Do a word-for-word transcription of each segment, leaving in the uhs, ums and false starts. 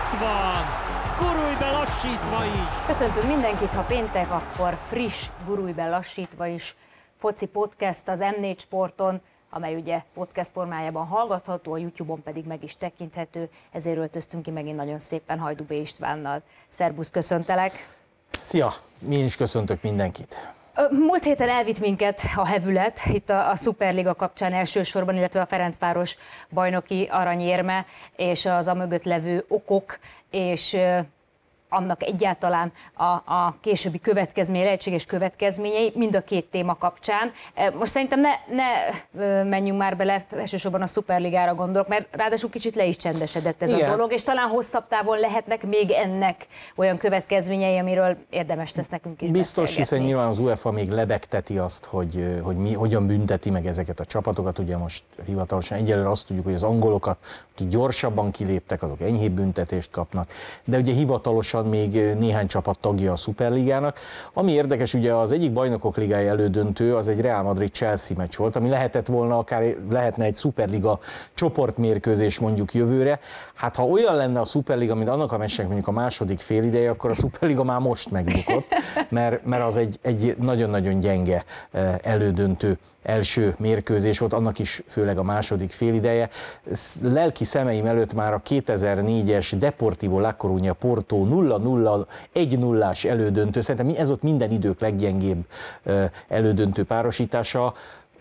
Ott van! Gurulj be lassítva is! Köszöntünk mindenkit, ha péntek, akkor friss, gurulj be lassítva is foci podcast az em négy Sporton, amely ugye podcast formájában hallgatható, a YouTube-on pedig meg is tekinthető, ezért öltöztünk ki megint nagyon szépen Hajdú B. Istvánnal. Szerbusz, köszöntelek! Szia! Mi is köszöntök mindenkit! Múlt héten elvitt minket a hevület, itt a, a Szuperliga kapcsán elsősorban, illetve a Ferencváros bajnoki aranyérme, és az a mögött levő okok, és annak egyáltalán a, a későbbi következmény, lehetséges következményei mind a két téma kapcsán. Most szerintem ne, ne menjünk már bele, elsősorban a Szuperligára gondolok, mert ráadásul kicsit le is csendesedett ez Igen. a dolog, és talán hosszabb távon lehetnek még ennek olyan következményei, amiről érdemes lesz nekünk is Biztos, hiszen nyilván az UEFA még lebegteti azt, hogy, hogy mi, hogyan bünteti meg ezeket a csapatokat. Ugye most hivatalosan egyelőre azt tudjuk, hogy az angolokat, akik gyorsabban kiléptek, azok enyhébb büntetést kapnak, de ugye hivatalosan még néhány csapat tagja a Szuperligának. Ami érdekes, ugye az egyik bajnokok ligája elődöntő, az egy Real Madrid-Chelsea meccs volt, ami lehetett volna, akár lehetne egy Szuperliga csoportmérkőzés mondjuk jövőre. Hát ha olyan lenne a Szuperliga, mint annak a meccsnek mondjuk a második félideje, akkor a Szuperliga már most megbukott, mert, mert az egy, egy nagyon-nagyon gyenge elődöntő első mérkőzés volt, annak is főleg a második félideje. Lelki szemeim előtt már a kétezer-négyes Deportivo La Coruña Porto nulla nulla egy nullás elődöntő, szerintem ez ott minden idők leggyengébb elődöntő párosítása.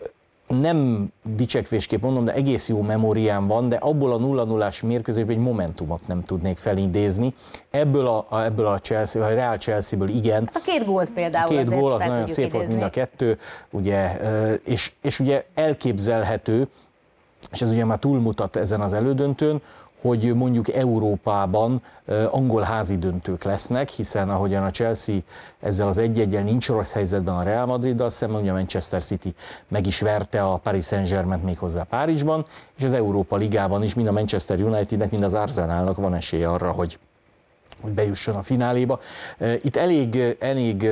Nem dicsekvésképp mondom, de egész jó memóriám van, de abból a nulla nullás mérkőzésből egy momentumot nem tudnék felidézni. Ebből a, a, ebből a Chelsea, a Real Chelsea-ből igen. A két gólt például. A két gól, az nagyon szép idézni. Volt mind a kettő, ugye, és, és ugye elképzelhető, és ez ugye már túlmutat ezen az elődöntőn, hogy mondjuk Európában angol házi döntők lesznek, hiszen ahogyan a Chelsea ezzel az egy-eggyel nincs rossz helyzetben a Real Madriddal szemben, ugye a Manchester City meg is verte a Paris Saint-Germaint méghozzá Párizsban, és az Európa Ligában is mind a Manchester Unitednek, mind az Arsenalnak van esélye arra, hogy hogy bejusson a fináléba. Itt elég, elég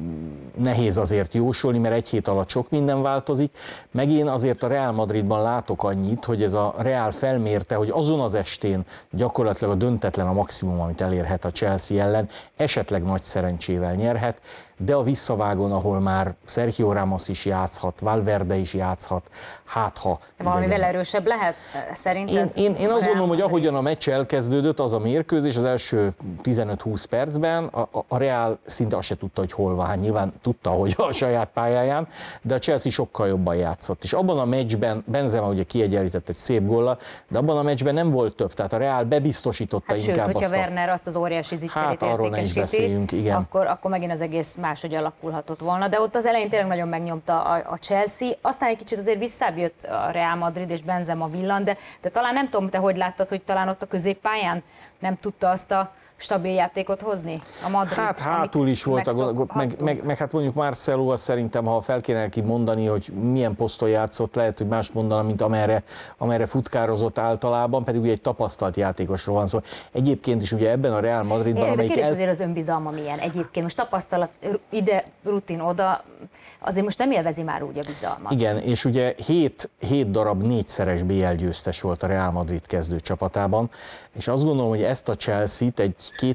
nehéz azért jósolni, mert egy hét alatt sok minden változik, meg én azért a Real Madridban látok annyit, hogy ez a Real felmérte, hogy azon az estén gyakorlatilag a döntetlen a maximum, amit elérhet a Chelsea ellen, esetleg nagy szerencsével nyerhet, de a visszavágon, ahol már Sergio Ramos is játszhat, Valverde is játszhat, hát ha... Valamivel erősebb lehet szerinted? Én, én, én azt gondolom, hogy ahogyan a meccs elkezdődött, az a mérkőzés, az első tizenöt-húsz percben, a, a Real szinte azt se tudta, hogy hol van. Nyilván tudta, hogy a saját pályáján, de a Chelsea sokkal jobban játszott. És abban a meccsben, Benzema ugye kiegyenlített egy szép góllal, de abban a meccsben nem volt több, tehát a Real bebiztosította hát inkább sőt, azt hogyha a... Werner azt az óriási zicserét hát, arról ne is beszéljünk, igen. Akkor, akkor megint az egész máshogy alakulhatott volna, de ott az elején tényleg nagyon megnyomta a, a Chelsea, aztán egy kicsit azért visszább a Real Madrid és Benzema villan, de, de talán nem tudom, te hogy láttad, hogy talán ott a középpályán nem tudta azt a stabil játékot hozni a Madrid? Hát hátul is volt, a, meg, meg, meg hát mondjuk Marcelo, azt szerintem, ha fel kéne neki mondani, hogy milyen poszton játszott, lehet, hogy más mondana, mint amerre, amerre futkározott általában, pedig ugye egy tapasztalt játékosról van szó. Egyébként is ugye ebben a Real Madridban, é, amelyik... Kérdés el... azért az önbizalma milyen egyébként, most tapasztalat ide, rutin oda, azért most nem élvezi már úgy a bizalmat. Igen, és ugye hét, hét darab négyszeres bé el győztes volt a Real Madrid kezdő csapatában, és azt gondolom, hogy ezt a Chelsea-t egy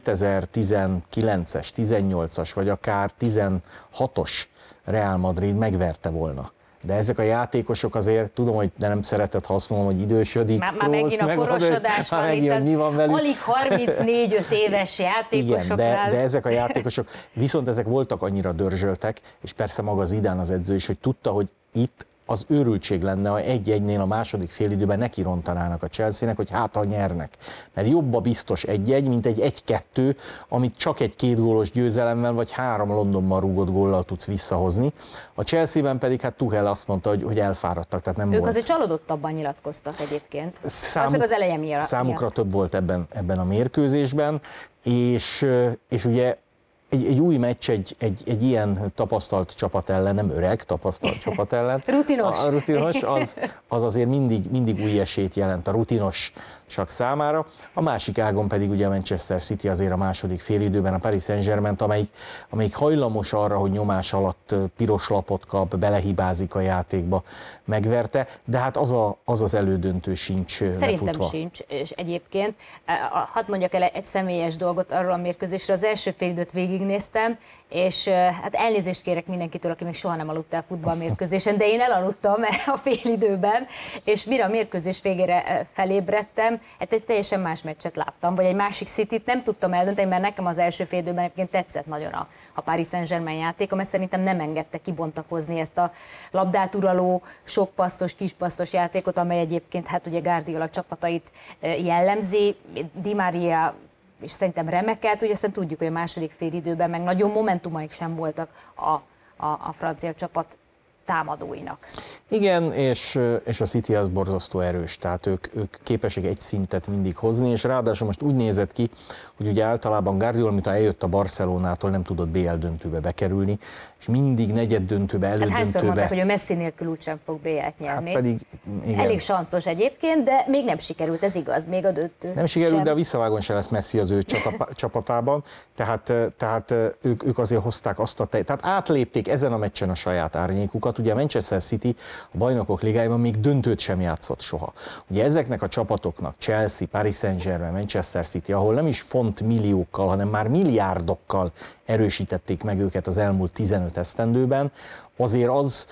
kétezer-tizenkilences, tizennyolcas vagy akár tizenhatos Real Madrid megverte volna. De ezek a játékosok azért, tudom, hogy nem szereted, ha azt mondom, hogy idősödik. Már, már megint a korosodás van, megint, itt, mi van velük. Alig harmincnégy-öt éves játékosoknál. Igen, de, de ezek a játékosok, viszont ezek voltak annyira dörzsöltek, és persze maga Zidane az edző is, hogy tudta, hogy itt az őrültség lenne, ha egy-egynél a második félidőben neki rontanának a Chelsea-nek, hogy hát ha nyernek. Mert jobb a biztos egy-egy, mint egy egy-kettő, amit csak egy két gólos győzelemmel, vagy három Londonban rúgott góllal tudsz visszahozni. A Chelsea-ben pedig hát Tuchel azt mondta, hogy, hogy elfáradtak, tehát nem ők volt. azért csalódottabban nyilatkoztak egyébként. Számuk, az eleje miatt. Számukra több volt ebben, ebben a mérkőzésben, és, és ugye egy, egy új meccs egy, egy, egy ilyen tapasztalt csapat ellen, nem öreg, tapasztalt csapat ellen. Rutinos. A, a rutinos, az, az azért mindig, mindig új esélyt jelent a rutinos csak számára. A másik ágon pedig ugye a Manchester City azért a második félidőben a Paris Saint-Germain, amelyik, amelyik hajlamos arra, hogy nyomás alatt piros lapot kap, belehibázik a játékba, megverte, de hát az a, az, az elődöntő sincs Szerintem lefutva. sincs, és egyébként hadd mondjak el egy személyes dolgot arról a mérkőzésre. Az első félidőt végignéztem, és hát elnézést kérek mindenkitől, aki még soha nem aludt el futballmérkőzésen, de én elaludtam a félidőben, és mire a mérkőzés végére felébredtem, hát egy teljesen más meccset láttam, vagy egy másik Cityt nem tudtam eldönteni, mert nekem az első félidőben egyébként tetszett nagyon a, a Paris Saint-Germain játéka, mert szerintem nem engedte kibontakozni ezt a labdát uraló, sok passzos, kis passzos játékot, amely egyébként hát ugye Guardiola csapatait jellemzi. Di Maria és szerintem remekelt, ugye aztán tudjuk, hogy a második félidőben meg nagyon momentumaik sem voltak a, a, a francia csapat támadóinak. Igen, és, és a City az borzasztó erős, tehát ők, ők képesek egy szintet mindig hozni, és ráadásul most úgy nézett ki, hogy ugye általában Guardiola, mint eljött a Barcelonától, nem tudott bé el döntőbe bekerülni, és mindig negyed döntőbe, elődöntőbe. Hát hányszor mondták, hogy a Messi nélkül úgysem fog bé el-t nyerni. Hát pedig, igen. Elég sanszos egyébként, de még nem sikerült, ez igaz, még a döntő. Nem sikerült, sem. De a visszavágon se lesz Messi az ő csapatában, tehát, tehát ők, ők azért hozták azt a tej, tehát átlépték ezen a meccsen a saját árnyékukat. Ugye a Manchester City a Bajnokok Ligájában még döntőt sem játszott soha. Ugye ezeknek a csapatoknak, Chelsea, Paris Saint-Germain, Manchester City, ahol nem is font milliókkal, hanem már milliárdokkal erősítették meg őket az elmúlt tizenöt esztendőben, azért az,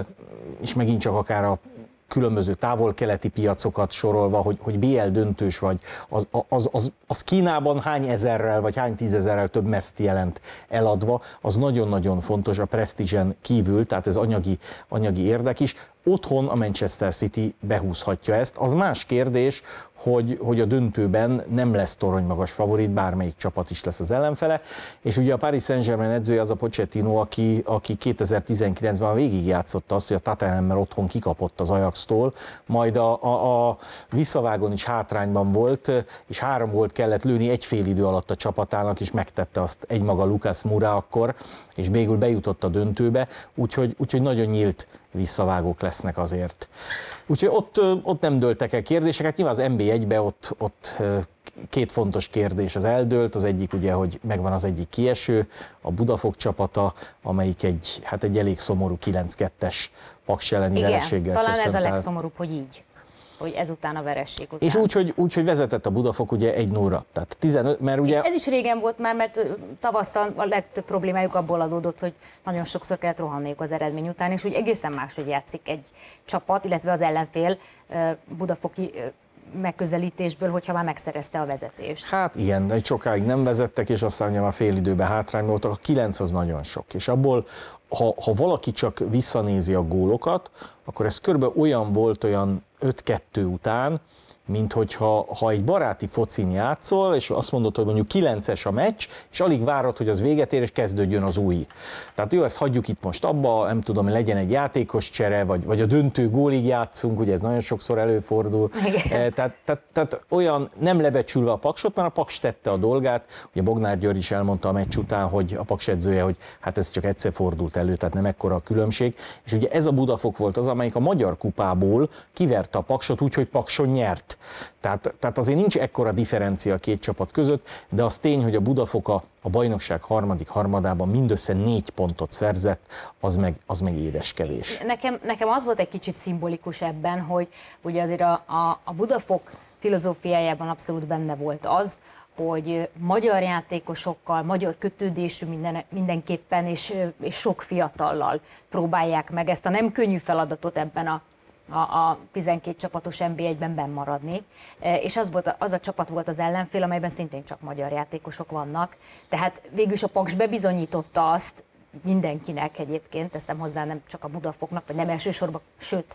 és megint csak akár a különböző távol-keleti piacokat sorolva, hogy, hogy bé el döntős vagy, az, az, az, az Kínában hány ezerrel vagy hány tízezerrel több meszt jelent eladva, az nagyon-nagyon fontos a presztízsen kívül, tehát ez anyagi, anyagi érdek is. Otthon a Manchester City behúzhatja ezt. Az más kérdés, hogy, hogy a döntőben nem lesz toronymagas favorit, bármelyik csapat is lesz az ellenfele, és ugye a Paris Saint-Germain edzője az a Pochettino, aki, aki kétezer-tizenkilencben végigjátszotta azt, hogy a Tottenhammel otthon kikapott az Ajaxtól, majd a, a, a visszavágon is hátrányban volt, és három gólt kellett lőni egy fél idő alatt a csapatának, és megtette azt egymaga Lucas Moura akkor, és végül bejutott a döntőbe, úgyhogy, úgyhogy nagyon nyílt visszavágók lesznek azért. Úgyhogy ott, ott nem dőltek el kérdéseket, nyilván az en bé egyben ott, ott két fontos kérdés az eldőlt, az egyik ugye, hogy megvan az egyik kieső, a Budafok csapata, amelyik egy, hát egy elég szomorú kilenc kettes Paks elleni vereséggel talán köszönt ez a el. legszomorúbb, hogy így, hogy ezután a vereség után. És úgy, hogy, úgy, hogy vezetett a Budafok ugye egy nullra, tehát tizenöt, mert ugye... És ez is régen volt már, mert tavasszal a legtöbb problémájuk abból adódott, hogy nagyon sokszor kellett rohanniuk az eredmény után, és úgy egészen máshogy játszik egy csapat, illetve az ellenfél budafoki megközelítésből, hogyha már megszerezte a vezetést. Hát igen, de sokáig nem vezettek, és aztán ugye már fél időben hátrányban voltak, a kilenc az nagyon sok, és abból, ha, ha valaki csak visszanézi a gólokat, akkor ez körülbelül olyan volt, olyan öt kettő után, mint hogyha ha egy baráti focin játszol, és azt mondod, hogy mondjuk kilences a meccs, és alig várod, hogy az véget ér, és kezdődjön az új. Tehát jó, ezt hagyjuk itt most abba, nem tudom, legyen egy játékos csere, vagy, vagy a döntő gólig játszunk, ugye ez nagyon sokszor előfordul. E, tehát, tehát, tehát olyan nem lebecsülve a Paksot, mert a Paks tette a dolgát. Ugye Bognár György is elmondta a meccs után, hogy a Paks edzője, hogy hát ez csak egyszer fordult elő, tehát nem ekkora a különbség. És ugye ez a Budafok volt az, amelyik a Magyar Kupából kiverte a Paksot úgy, hogy Pakson nyert. Tehát, tehát azért nincs ekkora differencia a két csapat között, de az tény, hogy a Budafok a, a bajnokság harmadik harmadában mindössze négy pontot szerzett, az meg, az meg édeskevés. Nekem, nekem az volt egy kicsit szimbolikus ebben, hogy ugye azért a, a, a Budafok filozófiájában abszolút benne volt az, hogy magyar játékosokkal, magyar kötődésű minden, mindenképpen, és, és sok fiatallal próbálják meg ezt a nem könnyű feladatot ebben a A, a tizenkét csapatos en bé egyben benn maradni, és az, volt, az a csapat volt az ellenfél, amelyben szintén csak magyar játékosok vannak, tehát végülis a Paks bebizonyította azt mindenkinek egyébként, teszem hozzá, nem csak a Budafoknak, vagy nem elsősorban, sőt,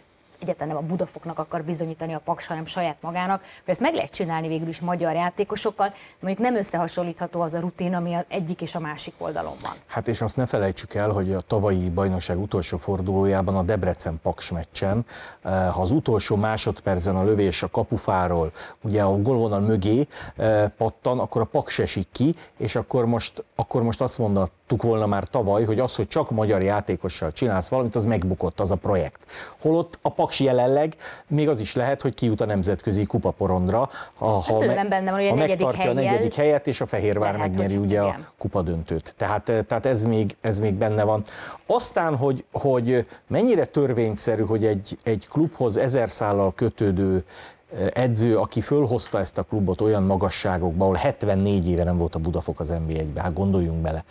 egyáltalán nem a Budafoknak akar bizonyítani a Paks, hanem saját magának, hogy ezt meg lehet csinálni végül is magyar játékosokkal, de mondjuk nem összehasonlítható az a rutin, ami az egyik és a másik oldalon van. Hát és azt ne felejtsük el, hogy a tavalyi bajnokság utolsó fordulójában a Debrecen-Paks meccsen, ha az utolsó másodpercben a lövés a kapufáról, ugye a gólvonal mögé pattan, akkor a Paks esik ki, és akkor most, akkor most azt mondtuk volna már tavaly, hogy az, hogy csak magyar játékossal csinálsz valamit, az megbukott az a projekt. Holott a Paks jelenleg még az is lehet, hogy kijut a nemzetközi kupaporondra, ha, ha, me, benne van, ha megtartja a negyedik helyet, és a Fehérvár lehet, megnyeri ugye igen. a kupadöntőt. Tehát, tehát ez, még, ez még benne van. Aztán, hogy, hogy mennyire törvényszerű, hogy egy, egy klubhoz ezer szállal kötődő edző, aki fölhozta ezt a klubot olyan magasságokba, ahol hetvennégy éve nem volt a Budafok az en bé egyben, hát gondoljunk bele,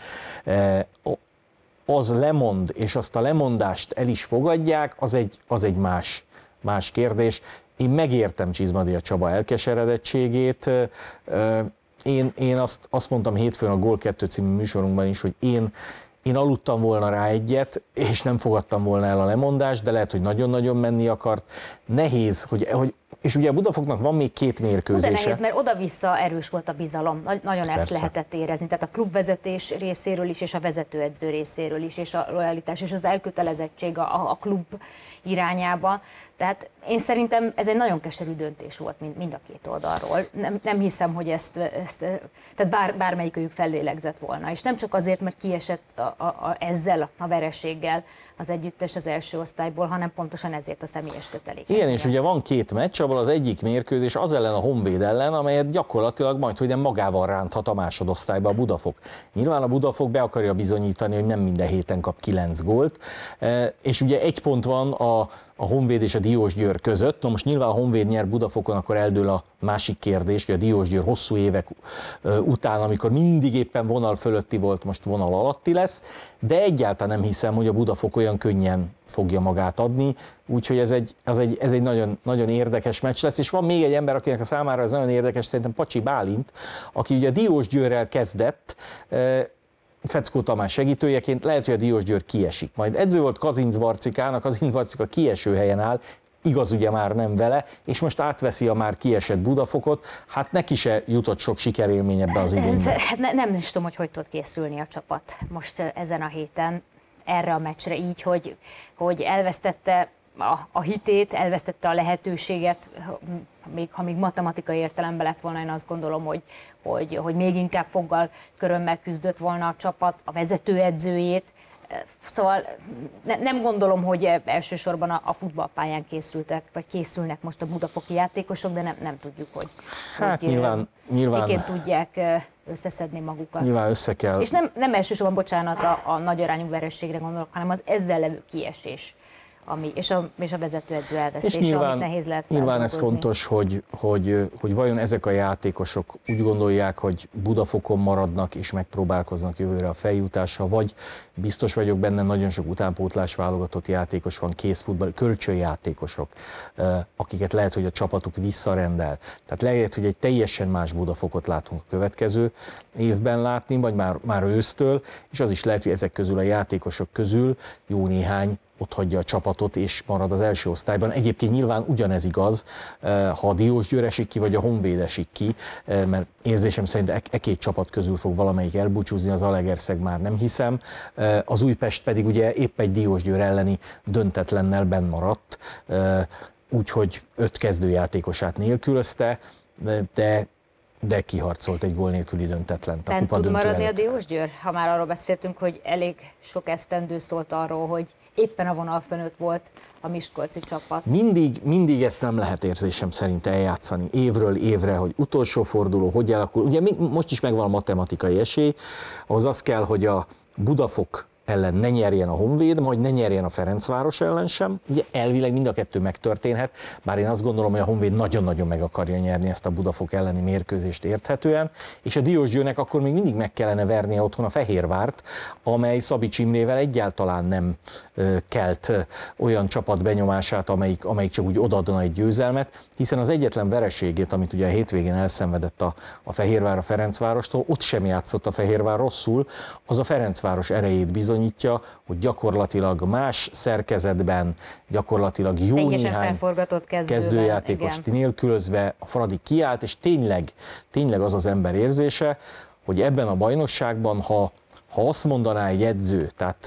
az lemond, és azt a lemondást el is fogadják, az egy, az egy más, más kérdés. Én megértem Csizmadia Csaba elkeseredettségét. Én, én azt, azt mondtam hétfőn a Gól kettő című műsorunkban is, hogy én, én aludtam volna rá egyet, és nem fogadtam volna el a lemondást, de lehet, hogy nagyon-nagyon menni akart. Nehéz, hogy, hogy és ugye a Budafoknak van még két mérkőzése. De nehéz, mert oda-vissza erős volt a bizalom. Nagyon ezt Persze. lehetett érezni. Tehát a klubvezetés részéről is, és a vezetőedző részéről is, és a lojalitás, és az elkötelezettség a, a klub irányába. Tehát én szerintem ez egy nagyon keserű döntés volt mind, mind a két oldalról. Nem, nem hiszem, hogy ezt, ezt tehát bár, bármelyikőjük fellélegzett volna. És nem csak azért, mert kiesett a, a, a, ezzel a vereséggel az együttes az első osztályból, hanem pontosan ezért a személyes kötelék. Igen, és ugye van két meccs, abból az egyik mérkőzés az ellen a Honvéd ellen, amelyet gyakorlatilag majd, hogy nem magával ránthat a másodosztályba a Budafok. Nyilván a Budafok be akarja bizonyítani, hogy nem minden héten kap kilenc gólt, és ugye egy pont van a, a Honvéd és a Diósgyőr között. Na most nyilván a Honvéd nyer Budafokon, akkor eldől a másik kérdés, hogy a Diósgyőr hosszú évek után, amikor mindig éppen vonal fölötti volt, most vonal alatti lesz, de egyáltalán nem hiszem, hogy a Budafok olyan könnyen fogja magát adni, úgyhogy ez egy, ez egy, ez egy nagyon, nagyon érdekes meccs lesz, és van még egy ember, akinek a számára ez nagyon érdekes, szerintem Pacsi Bálint, aki ugye a Diósgyőrrel kezdett, Feckó Tamás segítőjeként, lehet, hogy a Diósgyőr kiesik. Majd edző volt Kazinc Barcikának, Kazinc Barcika kieső helyen áll, igaz ugye már nem vele, és most átveszi a már kiesett Budafokot, hát neki se jutott sok sikerélmény ebbe az idényben. Ne, nem is tudom, hogy hogy tud készülni a csapat most ezen a héten erre a meccsre így, hogy, hogy elvesztette a, a hitét, elvesztette a lehetőséget, még, ha még matematikai értelemben lett volna, én azt gondolom, hogy, hogy, hogy még inkább foggal, körömmel küzdött volna a csapat, a vezetőedzőjét. Szóval ne, nem gondolom, hogy elsősorban a, a futballpályán készültek, vagy készülnek most a budafoki játékosok, de nem, nem tudjuk, hogy, hát hogy nyilván, nyilván, miként tudják összeszedni magukat. Nyilván össze kell. És nem, nem elsősorban, bocsánat, a, a nagyarányú vereségre gondolok, hanem az ezzel levő kiesés. Ami, és, a, és a vezetőedző elvesztése, nyilván, amit nehéz lehet nyilván ez fontos, hogy, hogy, hogy vajon ezek a játékosok úgy gondolják, hogy Budafokon maradnak és megpróbálkoznak jövőre a feljutással, vagy biztos vagyok benne, nagyon sok utánpótlás válogatott játékos van, készfutball, kölcsönjátékosok, akiket lehet, hogy a csapatuk visszarendel. Tehát lehet, hogy egy teljesen más Budafokot látunk a következő évben látni, vagy már, már ősztől, és az is lehet, hogy ezek közül a játékosok közül jó néhány ott hagyja a csapatot és marad az első osztályban. Egyébként nyilván ugyanez igaz, ha a Diósgyőr esik ki, vagy a Honvéd esik ki, mert érzésem szerint e, e két csapat közül fog valamelyik elbúcsúzni, az Zalaegerszeg már nem hiszem. Az Újpest pedig ugye épp egy Diósgyőr elleni döntetlennel benn maradt, úgyhogy öt kezdőjátékosát nélkülözte, de de kiharcolt egy gól nélküli döntetlent a kupa tud maradni előtt. A Diósgyőr? Ha már arról beszéltünk, hogy elég sok esztendő szólt arról, hogy éppen a vonal fölött volt a miskolci csapat. Mindig, mindig ezt nem lehet érzésem szerint eljátszani évről évre, hogy utolsó forduló, hogy alakul. Ugye most is megvan a matematikai esély, ahhoz az kell, hogy a Budafok ellen ne nyerjen a Honvéd, majd ne nyerjen a Ferencváros ellen sem. Ugye elvileg mind a kettő megtörténhet, bár én azt gondolom, hogy a Honvéd nagyon-nagyon meg akarja nyerni ezt a Budafok elleni mérkőzést érthetően, és a Diósgyőrnek akkor még mindig meg kellene vernie otthon a Fehérvárt, amely Szabics Imrével egyáltalán nem ö, kelt ö, olyan csapat benyomását, amelyik, amelyik csak úgy odaadna egy győzelmet, hiszen az egyetlen vereségét, amit ugye a hétvégén elszenvedett a, a Fehérvár a Ferencvárostól, ott sem játszott a Fehérvár rosszul, az a Ferencváros erejét bizony, bizonyítja, hogy gyakorlatilag más szerkezetben, gyakorlatilag jó teljesen néhány felforgatott kezdőben, kezdőjátékost igen. nélkülözve a Fradi kiállt, és tényleg, tényleg az az ember érzése, hogy ebben a bajnokságban, ha, ha azt mondaná egy edző, tehát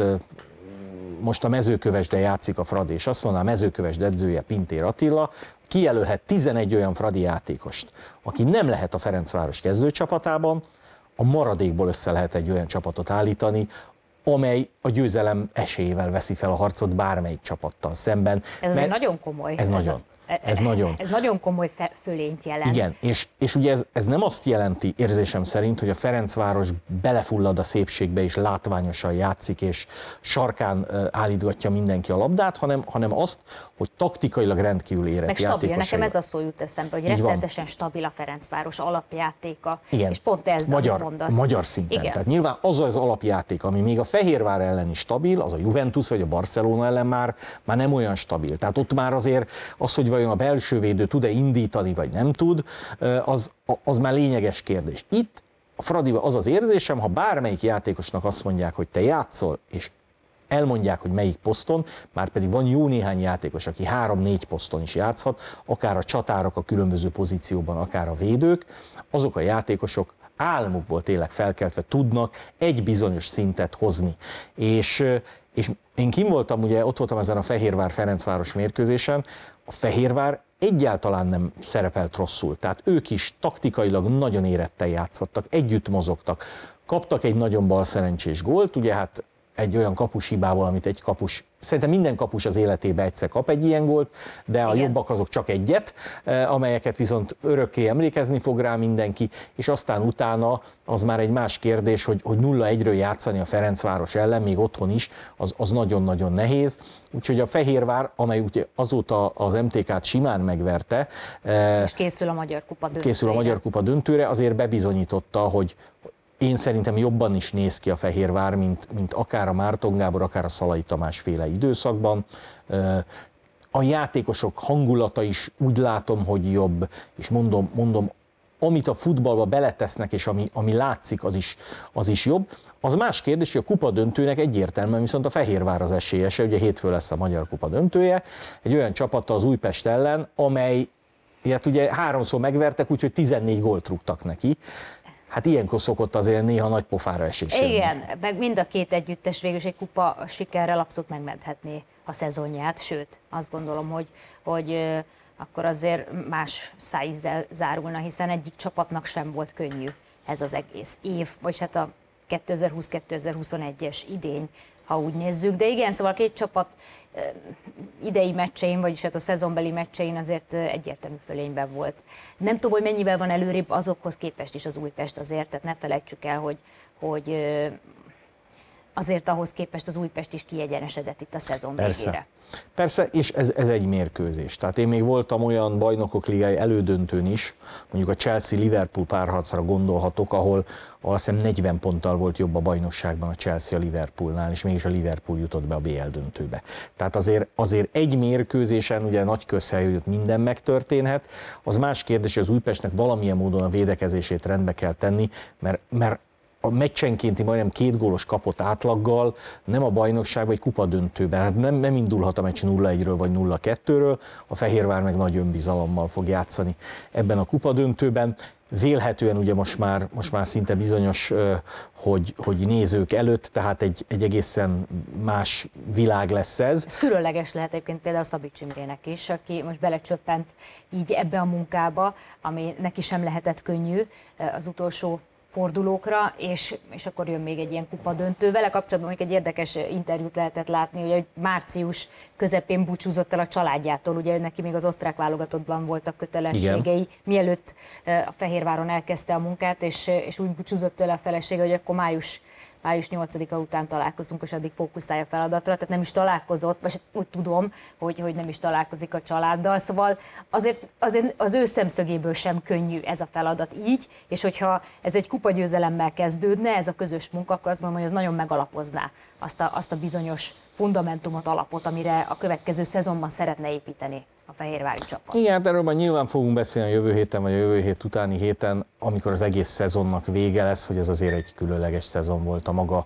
most a Mezőkövesden játszik a Fradi, és azt mondaná a Mezőkövesd edzője Pintér Attila, kijelölhet tizenegy olyan Fradi játékost, aki nem lehet a Ferencváros kezdőcsapatában, a maradékból össze lehet egy olyan csapatot állítani, amely a győzelem esélyével veszi fel a harcot bármelyik csapattal szemben. Ez azért nagyon komoly. Ez, ez nagyon. Ez nagyon. Ez nagyon komoly fölényt jelent. Igen, és, és ugye ez, ez nem azt jelenti érzésem szerint, hogy a Ferencváros belefullad a szépségbe, és látványosan játszik, és sarkán állítgatja mindenki a labdát, hanem, hanem azt, hogy taktikailag rendkívül érett meg stabil, játékosai. nekem ez a szó jut eszembe, hogy rettenetesen stabil a Ferencváros alapjátéka, igen. És pont ez, magyar, mondasz. magyar szinten. Igen. Tehát nyilván az az alapjáték, ami még a Fehérvár ellen is stabil, az a Juventus vagy a Barcelona ellen már, már nem olyan stabil. Tehát ott már azért az, hogy vajon a belső védő tud-e indítani, vagy nem tud, az, az már lényeges kérdés. Itt a Fradiban az az érzésem, ha bármelyik játékosnak azt mondják, hogy te játszol, és elmondják, hogy melyik poszton, már pedig van jó néhány játékos, aki három-négy poszton is játszhat, akár a csatárok a különböző pozícióban, akár a védők, azok a játékosok álmukból tényleg felkeltve tudnak egy bizonyos szintet hozni. És, és én kim voltam, ugye ott voltam ezen a Fehérvár-Ferencváros mérkőzésen, a Fehérvár egyáltalán nem szerepelt rosszul, tehát ők is taktikailag nagyon éretten játszottak, együtt mozogtak, kaptak egy nagyon balszerencsés gólt, ugye hát egy olyan kapus hibából, amit egy kapus, szerintem minden kapus az életében egyszer kap egy ilyen gólt, de a igen. jobbak azok csak egyet, amelyeket viszont örökké emlékezni fog rá mindenki, és aztán utána az már egy más kérdés, hogy, hogy nulla egyről játszani a Ferencváros ellen, még otthon is, az, az nagyon-nagyon nehéz. Úgyhogy a Fehérvár, amely ugye azóta az em té ká-t simán megverte, és készül a Magyar Kupa döntőre. Készül a Magyar Kupa döntőre, azért bebizonyította, hogy én szerintem jobban is néz ki a Fehérvár, mint, mint akár a Márton Gábor, akár a Szalai Tamás féle időszakban. A játékosok hangulata is úgy látom, hogy jobb, és mondom, mondom amit a futballba beletesznek, és ami, ami látszik, az is, az is jobb. Az más kérdés, hogy a kupa döntőnek egyértelműen viszont a Fehérvár az esélyese, ugye hétfőn lesz a Magyar Kupa döntője, egy olyan csapattal az Újpest ellen, amely ilyet ugye háromszor megvertek, úgyhogy tizennégy gólt rúgtak neki. Hát ilyenkor szokott azért néha nagy pofára esés. Igen, meg mind a két együttes végül is egy kupa sikerrel abszolút megmenthetné a szezonját, sőt, azt gondolom, hogy, hogy akkor azért más szájízzel zárulna, hiszen egyik csapatnak sem volt könnyű ez az egész év, vagy hát a kétezer-húsz kétezer-huszonegyes idény, ha úgy nézzük. De igen, szóval két csapat idei meccsein, vagyis hát a szezonbeli meccsein azért egyértelmű fölényben volt. Nem tudom, hogy mennyivel van előrébb azokhoz képest is az Újpest azért, tehát ne felejtsük el, hogy, hogy azért ahhoz képest az Újpest is kiegyenesedett itt a szezon Persze. végére. Persze, és ez, ez egy mérkőzés. Tehát én még voltam olyan bajnokok ligája elődöntőn is, mondjuk a Chelsea-Liverpool párharcra gondolhatok, ahol, ahol azt hiszem negyven ponttal volt jobb a bajnokságban a Chelsea a Liverpoolnál, és mégis a Liverpool jutott be a bé el döntőbe. Tehát azért, azért egy mérkőzésen, ugye nagy közhely, hogy minden megtörténhet, az más kérdés, hogy az Újpestnek valamilyen módon a védekezését rendbe kell tenni, mert, mert a meccsenkénti majdnem két gólos kapott átlaggal nem a bajnokságban, egy kupa döntőben. Hát nem, nem indulhat a meccs nulla egyről vagy nulla kettőről, a Fehérvár meg nagy önbizalommal fog játszani ebben a kupa döntőben. Vélhetően ugye most már, most már szinte bizonyos, hogy, hogy nézők előtt, tehát egy, egy egészen más világ lesz ez. Ez különleges lehet egyébként például Szabics Imrének is, aki most belecsöppent így ebbe a munkába, ami neki sem lehetett könnyű az utolsó fordulókra, és, és akkor jön még egy ilyen kupa döntő. Vele kapcsolatban még egy érdekes interjút lehetett látni, hogy március közepén búcsúzott el a családjától, ugye neki még az osztrák válogatottban voltak kötelességei, igen. Mielőtt a Fehérváron elkezdte a munkát, és, és úgy búcsúzott tőle a felesége, hogy akkor május május nyolcadika után találkozunk, és addig fókuszálja a feladatra, tehát nem is találkozott, vagy úgy tudom, hogy, hogy nem is találkozik a családdal, szóval azért, azért az ő szemszögéből sem könnyű ez a feladat így, és hogyha ez egy kupagyőzelemmel kezdődne, ez a közös munka, akkor azt gondolom, hogy az nagyon megalapozná azt a, azt a bizonyos fundamentumot, alapot, amire a következő szezonban szeretne építeni a fehérvári csapat. Igen, hát erről már nyilván fogunk beszélni a jövő héten, vagy a jövő hét utáni héten, amikor az egész szezonnak vége lesz, hogy ez azért egy különleges szezon volt a maga,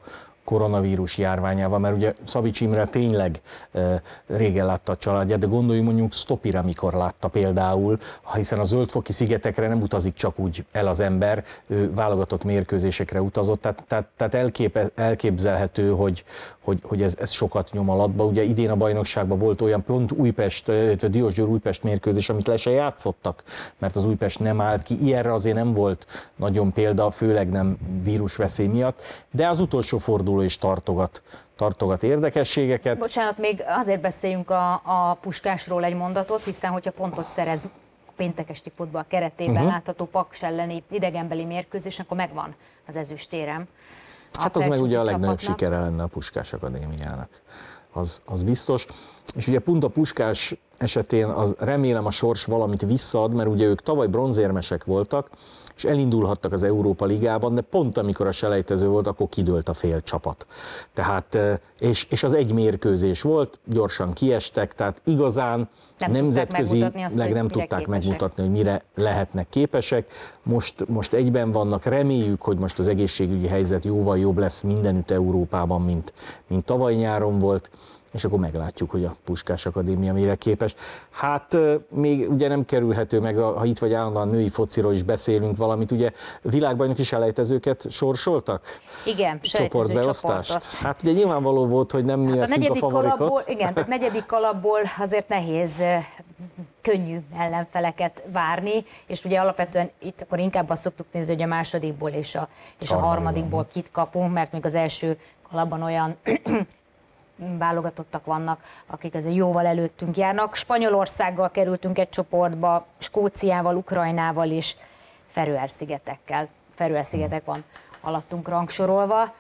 koronavírus járványával, mert ugye Szabics Imre tényleg e, régen látta a családját, de gondoljunk mondjuk Stopira, mikor látta például, hiszen a Zöldfoki szigetekre nem utazik csak úgy el az ember, ő válogatott mérkőzésekre utazott, tehát, tehát, tehát elkép, elképzelhető, hogy, hogy, hogy ez, ez sokat nyom alatba. Ugye idén a bajnokságban volt olyan pont Újpest, Diósgyőr Újpest mérkőzés, amit le se játszottak, mert az Újpest nem állt ki. Ilyenre azért nem volt nagyon példa, főleg nem vírusveszély miatt, de az utolsó forduló is tartogat, tartogat érdekességeket. Bocsánat, még azért beszéljünk a, a Puskásról egy mondatot, hiszen hogyha pontot szerez a péntekesti futball keretében uh-huh. látható Paks elleni idegenbeli mérkőzés, akkor megvan az ezüstérem. Hát az meg ugye a legnagyobb sikere lenne a Puskás Akadémiának. Az, az biztos. És ugye pont a Puskás esetén az remélem a sors valamit visszaad, mert ugye ők tavaly bronzérmesek voltak, és elindulhattak az Európa Ligában, de pont amikor a selejtező volt, akkor kidőlt a fél csapat. Tehát, és, és az egy mérkőzés volt, gyorsan kiestek, tehát igazán nem nemzetközileg nem tudták képesek. megmutatni, hogy mire lehetnek képesek. Most, most egyben vannak, reméljük, hogy most az egészségügyi helyzet jóval jobb lesz mindenütt Európában, mint, mint tavaly nyáron volt, és akkor meglátjuk, hogy a Puskás Akadémia mire képes. Hát még ugye nem kerülhető meg, ha itt vagy állandóan női fociról is beszélünk valamit, ugye világbajnoki selejtezőket sorsoltak? Igen, csoportbeosztást. Hát ugye nyilvánvaló volt, hogy nem mi hát leszünk a, a favorikat. Igen, tehát negyedik kalapból azért nehéz, könnyű ellenfeleket várni, és ugye alapvetően itt akkor inkább azt szoktuk nézni, hogy a másodikból és a, és a harmadikból kit kapunk, mert még az első kalapban olyan válogatottak vannak, akik azért jóval előttünk járnak. Spanyolországgal kerültünk egy csoportba, Skóciával, Ukrajnával és Feröer-szigetekkel. Feröer-szigetek van alattunk rangsorolva.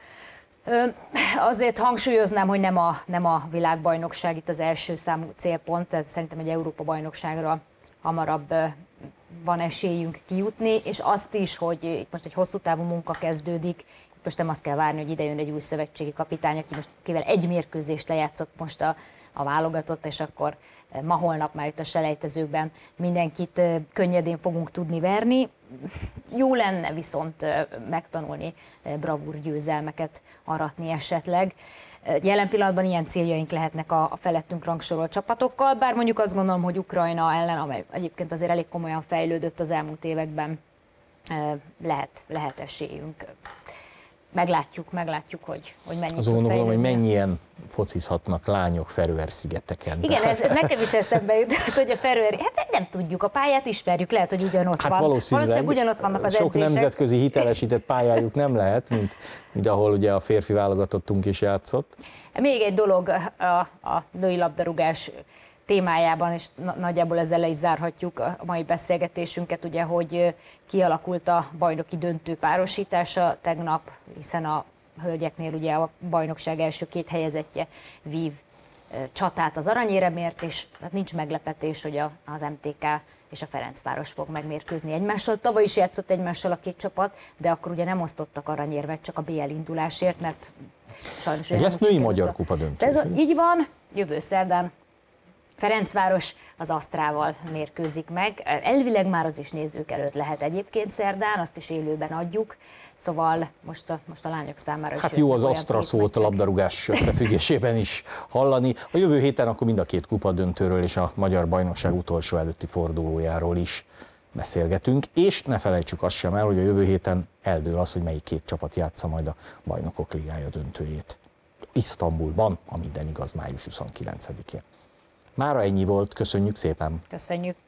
Azért hangsúlyoznám, hogy nem a, nem a világbajnokság itt az első számú célpont, tehát szerintem egy Európa-bajnokságra hamarabb van esélyünk kijutni, és azt is, hogy itt most egy hosszú távú munka kezdődik, most nem azt kell várni, hogy ide jön egy új szövetségi kapitány, aki most kivel egy mérkőzést lejátszott most a, a válogatott, és akkor ma holnap már itt a selejtezőkben mindenkit könnyedén fogunk tudni verni. Jó lenne viszont megtanulni bravúr győzelmeket aratni esetleg. Jelen pillanatban ilyen céljaink lehetnek a, a felettünk rangsorolt csapatokkal, bár mondjuk azt gondolom, hogy Ukrajna ellen, amely egyébként azért elég komolyan fejlődött az elmúlt években, lehet, lehet esélyünk. Meglátjuk, meglátjuk, hogy, hogy mennyit azon gondolom, hogy mennyien focizhatnak lányok Feröer-szigeteken. Igen, ez, ez nekem is eszembe jut, hogy a Feröeri, hát nem tudjuk, a pályát ismerjük, lehet, hogy ugyanott hát van. Valószínűleg, valószínűleg ugyanott vannak az sok edzések. nemzetközi hitelesített pályájuk nem lehet, mint, mint ahol ugye a férfi válogatottunk is játszott. Még egy dolog a, a női labdarúgás témájában, és nagyjából ezzel le is zárhatjuk a mai beszélgetésünket, ugye, hogy kialakult a bajnoki döntő párosítása tegnap, hiszen a hölgyeknél ugye a bajnokság első két helyezettje vív csatát az aranyéremért, és hát nincs meglepetés, hogy a, az em té ká és a Ferencváros fog megmérkőzni egymással. Tavaly is játszott egymással a két csapat, de akkor ugye nem osztottak aranyérmet csak a bé el indulásért, mert sajnos... Lesz női magyar kupa döntő. Így van, jövő szerdán Ferencváros az Asztrával mérkőzik meg. Elvileg már az is nézők előtt lehet egyébként szerdán, azt is élőben adjuk. Szóval most a, most a lányok számára is... Hát jó az Asztra szót a labdarúgás összefüggésében is hallani. A jövő héten akkor mind a két kupa döntőről és a Magyar Bajnokság utolsó előtti fordulójáról is beszélgetünk. És ne felejtsük azt sem el, hogy a jövő héten eldől az, hogy melyik két csapat játsza majd a Bajnokok Ligája döntőjét. Isztambulban, a minden igaz, május huszonkilencedikén. Mára ennyi volt, köszönjük szépen! Köszönjük!